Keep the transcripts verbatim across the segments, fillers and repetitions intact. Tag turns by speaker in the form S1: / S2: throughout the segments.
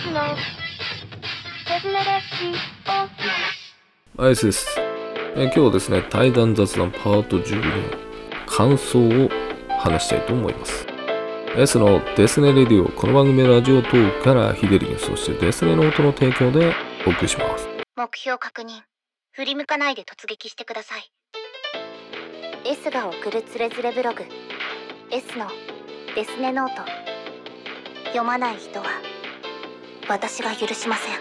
S1: アイスです。え今日はですね、対談雑談パートじゅうにの感想を話したいと思います。S のデスネレディオ、この番組ラジオトークからヒデリン、そしてデスネノートの提供でお送りします。
S2: 目標確認。振り向かないで突撃してください。S が送るつれづれブログ S のデスネノート。読まない人は私が許しません。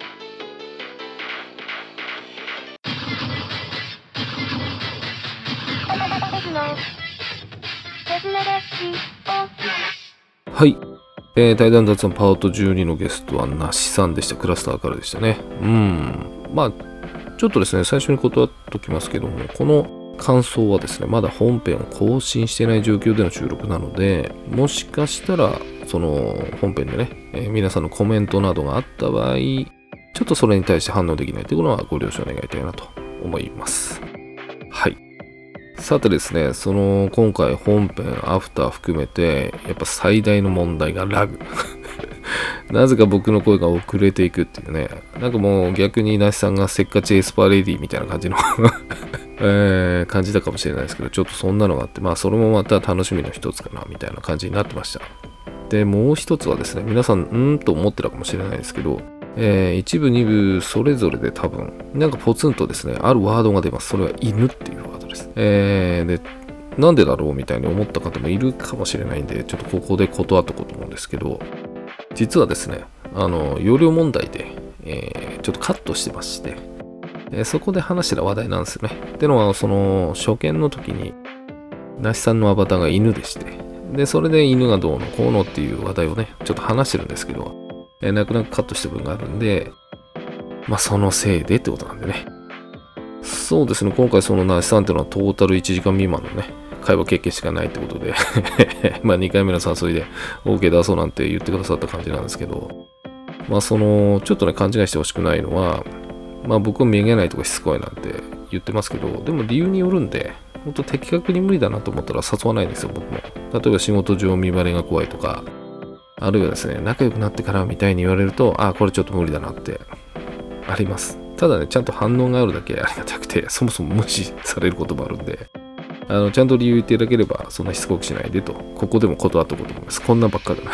S1: はい、えー、対談雑談パートじゅうにのゲストはなしさんでした。クラスターからでしたね。うんまあちょっとですね、最初に断っておきますけども、この感想はですね、まだ本編を更新していない状況での収録なので、もしかしたらその本編でね、えー、皆さんのコメントなどがあった場合、ちょっとそれに対して反応できないということはご了承願いたいなと思います。はい。さてですね、その今回本編アフター含めてやっぱ最大の問題がラグなぜか僕の声が遅れていくっていうね、なんかもう逆になしさんがせっかちエスパーレディみたいな感じの、えー、感じたかもしれないですけど、ちょっとそんなのがあって、まあそれもまた楽しみの一つかなみたいな感じになってました。でもう一つはですね、皆さんんーと思ってたかもしれないですけど、えー、一部二部それぞれで多分なんかポツンとですね、あるワードが出ます。それは犬っていうワードです。えー、でなんでだろうみたいに思った方もいるかもしれないんで、ちょっとここで断っとこうと思うんですけど、実はですね、あの容量問題で、えー、ちょっとカットしてまして、えー、そこで話してた話題なんですよね。ってのはその初見の時になしさんのアバターが犬でして、でそれで犬がどうのこうのっていう話題をねちょっと話してるんですけど、えー、泣く泣くカットした部分があるんで、まあそのせいでってことなんでね。そうですね、今回そのなしさんっていうのはトータルいちじかん未満のね会話経験しかないってことでまあにかいめの誘いで OK 出そうなんて言ってくださった感じなんですけど、まあそのちょっとね勘違いしてほしくないのは、まあ僕は見えないとかしつこいなんて言ってますけど、でも理由によるんで、本当的確に無理だなと思ったら誘わないんですよ僕も。例えば仕事上見バレが怖いとか、あるいはですね仲良くなってからみたいに言われると、あこれちょっと無理だなってあります。ただねちゃんと反応があるだけありがたくて、そもそも無視されることもあるんで、あのちゃんと理由言っていただければそんなしつこくしないでと、ここでも断っとこうと思います。こんなんばっかだな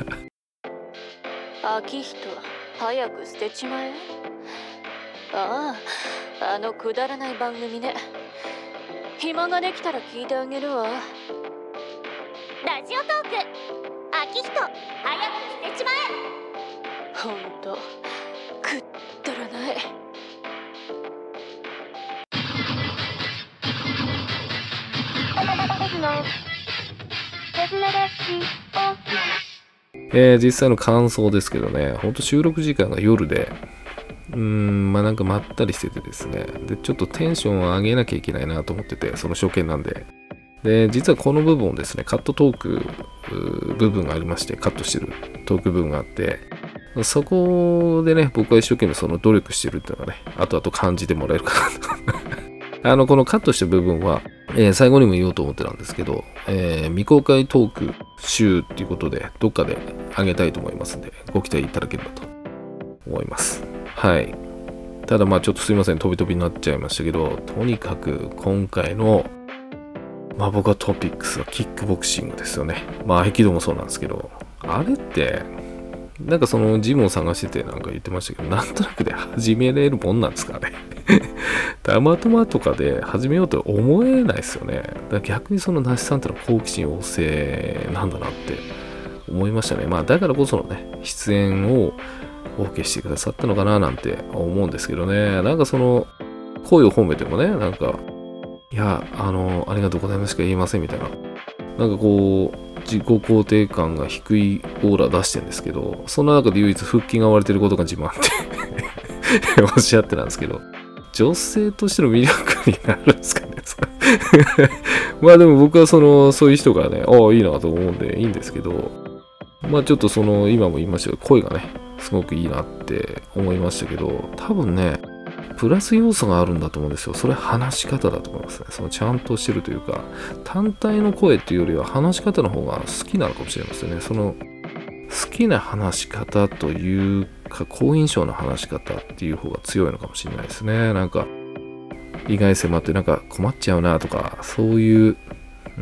S3: 秋人早く捨てちまえ。ああ、あのくだらない番組ね。暇ができたら聞いてあげるわ。ラ
S2: ジオトーク秋人早く捨てちまえ。
S3: ほんとくったらない。
S1: えー、実際の感想ですけどね、ほんと収録時間が夜で、うーん、まあなんかまったりしててですね、で、ちょっとテンションを上げなきゃいけないなと思ってて、その初見なんで。で、実はこの部分をですね、カットトーク部分がありまして、カットしてるトーク部分があって、そこでね、僕は一生懸命その努力してるっていうのがね、後々感じてもらえるかなと。あの、このカットした部分は、えー、最後にも言おうと思ってたんですけど、えー、未公開トーク集っていうことで、どっかであげたいと思いますんで、ご期待いただければと思います。はい。ただまあちょっとすいません、飛び飛びになっちゃいましたけど、とにかく今回の、まあ僕はトピックスはキックボクシングですよね。まあ合気道もそうなんですけど、あれって、なんかそのジムを探しててなんか言ってましたけど、なんとなくで始めれるもんなんですかねたまたまとかで始めようと思えないですよね。だから逆にそのなしさんってのは好奇心旺盛なんだなって思いましたね。まあだからこそのね、出演を OK してくださったのかななんて思うんですけどね。なんかその声を褒めてもね、なんかいや、あの、ありがとうございますしか言えませんみたいな。なんかこう、自己肯定感が低いオーラ出してるんですけど、そんな中で唯一腹筋が割れてることが自慢っておっしゃってたんですけど、女性としての魅力になるんですかねまあでも僕はそのそういう人がね、ああいいなと思うんでいいんですけど、まあちょっとその今も言いましたけど、声がねすごくいいなって思いましたけど、多分ねプラス要素があるんだと思うんですよ。それ話し方だと思いますね。そのちゃんとしてるというか、単体の声っていうよりは話し方の方が好きなのかもしれませんね。その好きな話し方というか、好印象の話し方っていう方が強いのかもしれないですね。なんか、意外性もあって、なんか困っちゃうなとか、そういう、うん、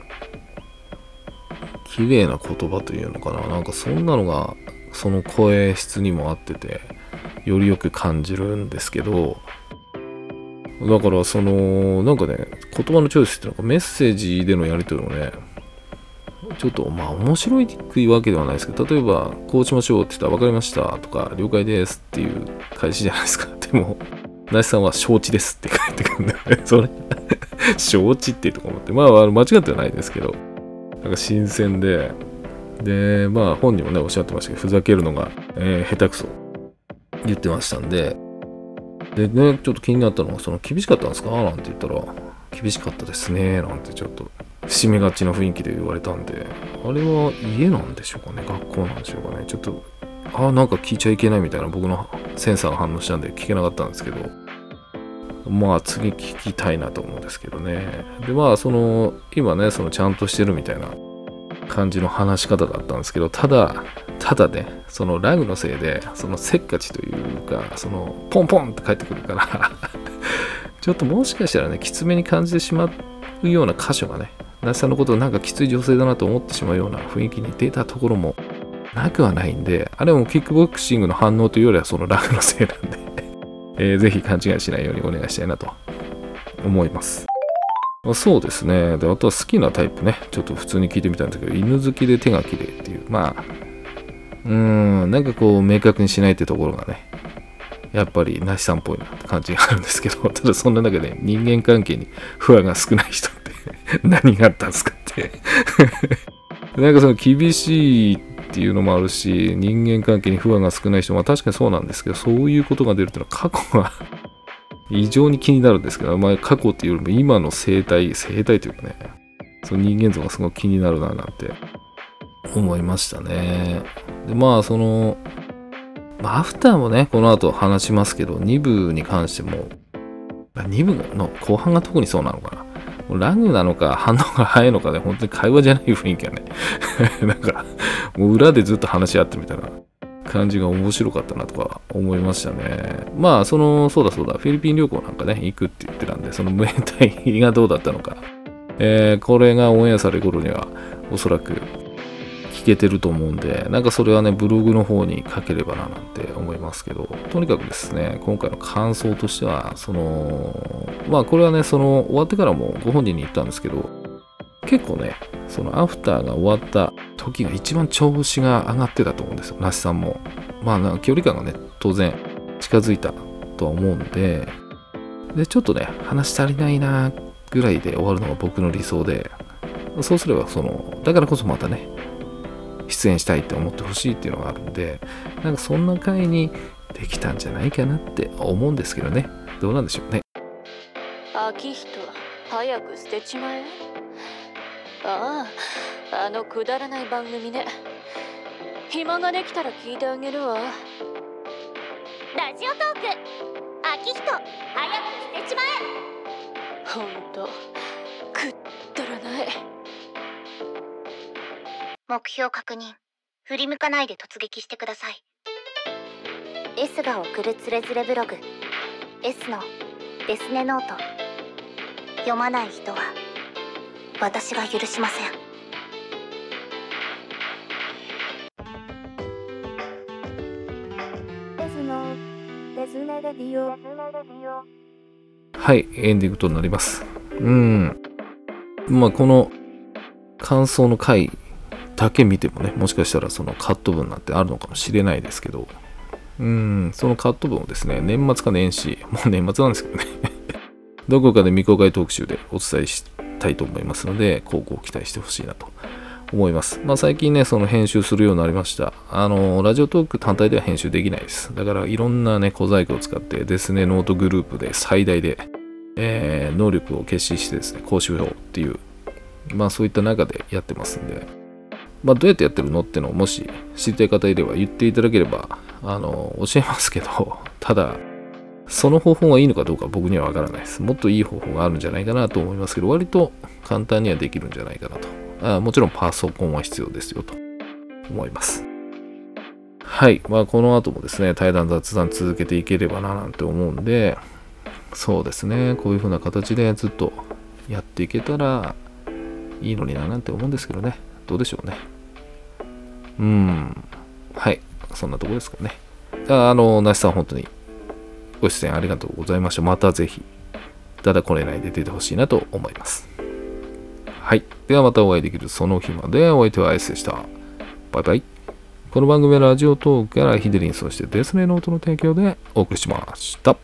S1: 綺麗な言葉というのかな。なんかそんなのが、その声質にも合ってて、よりよく感じるんですけど、だからその、なんかね、言葉のチョイスっていうのがメッセージでのやり取りもね、ちょっとまあ面白いわけではないですけど、例えばこうしましょうって言ったら分かりましたとか了解ですっていう返しじゃないですか。でも那須さんは承知ですって返ってくるんだよね。それ承知ってとか思って、まあ間違ってはないですけど、なんか新鮮で、でまあ本人もねおっしゃってましたけど、ふざけるのが、えー、下手くそ言ってましたんで、でねちょっと気になったのが、その厳しかったんですかなんて言ったら、厳しかったですねなんてちょっと締めがちな雰囲気で言われたんで、あれは家なんでしょうかね、学校なんでしょうかね。ちょっとあなんか聞いちゃいけないみたいな僕のセンサーが反応したんで聞けなかったんですけど、まあ次聞きたいなと思うんですけどね。でまあその今ねそのちゃんとしてるみたいな感じの話し方だったんですけど、ただただねそのラグのせいでそのせっかちというか、そのポンポンって返ってくるからちょっともしかしたらねきつめに感じてしまうような箇所がね、那須さんのことをなんかきつい女性だなと思ってしまうような雰囲気に出たところもなくはないんで、あれもキックボクシングの反応というよりはそのラグのせいなんでえー、ぜひ勘違いしないようにお願いしたいなと思います。そうですね。で、あとは好きなタイプね。ちょっと普通に聞いてみたんですけど、犬好きで手が綺麗っていう。まあ、うーん、なんかこう明確にしないってところがね、やっぱりなしさんっぽいなって感じがあるんですけど、ただそんな中で人間関係に不安が少ない人って何があったんですかってなんかその厳しいっていうのもあるし、人間関係に不安が少ない人も確かにそうなんですけど、そういうことが出るっていうのは過去が異常に気になるんですけど、まあ過去っていうよりも今の生態、生態というかね、その人間像がすごく気になるななんて思いましたね。で、まあその、まあ、アフターもね、この後話しますけど、に部に関しても、に部の後半が特にそうなのかな。ラグなのか反応が早いのかで、本当に会話じゃない雰囲気がねなんかもう裏でずっと話し合ってるみたいな感じが面白かったなとか思いましたね。まあそのそうだそうだフィリピン旅行なんかね行くって言ってたんで、その無縁隊がどうだったのか、えー、これがオンエアされる頃にはおそらく聞けてると思うんで、なんかそれはねブログの方に書ければななんて思いますけど、とにかくですね今回の感想としては、そのまあこれはねその終わってからもご本人に言ったんですけど、結構ねそのアフターが終わった時が一番調子が上がってたと思うんですよ、那須さんも。まあなんか距離感がね当然近づいたとは思うんで、でちょっとね話足りないなぐらいで終わるのが僕の理想で、そうすればそのだからこそまたね出演したいって思ってほしいっていうのがあるんで、なんかそんな回にできたんじゃないかなって思うんですけどね。どうなんでしょうね。
S3: 秋人、早く捨てちまえ。ああ、あのくだらない番組ね。暇ができたら聞いてあげるわ。ラ
S2: ジオトーク、秋人、早く捨てちまえ。
S3: ほんと、くったらない。
S2: 目標確認。振り向かないで突撃してください。 S が送るつれづれブログ S のデスネノート、読まない人は私が許しません。S のデスネレディオ。
S1: はい、エンディングとなります。うんまあこの感想の回だけ見てもね、もしかしたらそのカット分なんてあるのかもしれないですけど、うーん、そのカット分をですね、年末か年始、もう年末なんですけどね、どこかで未公開特集でお伝えしたいと思いますので、こうご期待してほしいなと思います。まあ最近ね、その編集するようになりました。あの、ラジオトーク単体では編集できないです。だからいろんなね、小細工を使ってですね、ノートグループで最大で、えー、能力を結集してですね、講習法っていう、まあそういった中でやってますんで、まあ、どうやってやってるのってのをもし知りたい方いれば言っていただければあの教えますけど、ただその方法がいいのかどうか僕にはわからないです。もっといい方法があるんじゃないかなと思いますけど、割と簡単にはできるんじゃないかなと。あもちろんパソコンは必要ですよと思います。 はい。まあ、この後もですね、対談雑談続けていければななんて思うんで、そうですね、こういう風な形でずっとやっていけたらいいのにななんて思うんですけどね。どうでしょうね。うーん。はい。そんなとこですかね。あ、あの、なしさん本当にご出演ありがとうございました。またぜひ、ただこれないで出てほしいなと思います。はい。ではまたお会いできるその日まで。お相手はアイスでした。バイバイ。この番組はラジオトークからヒデリン、そしてデスネノートの提供でお送りしました。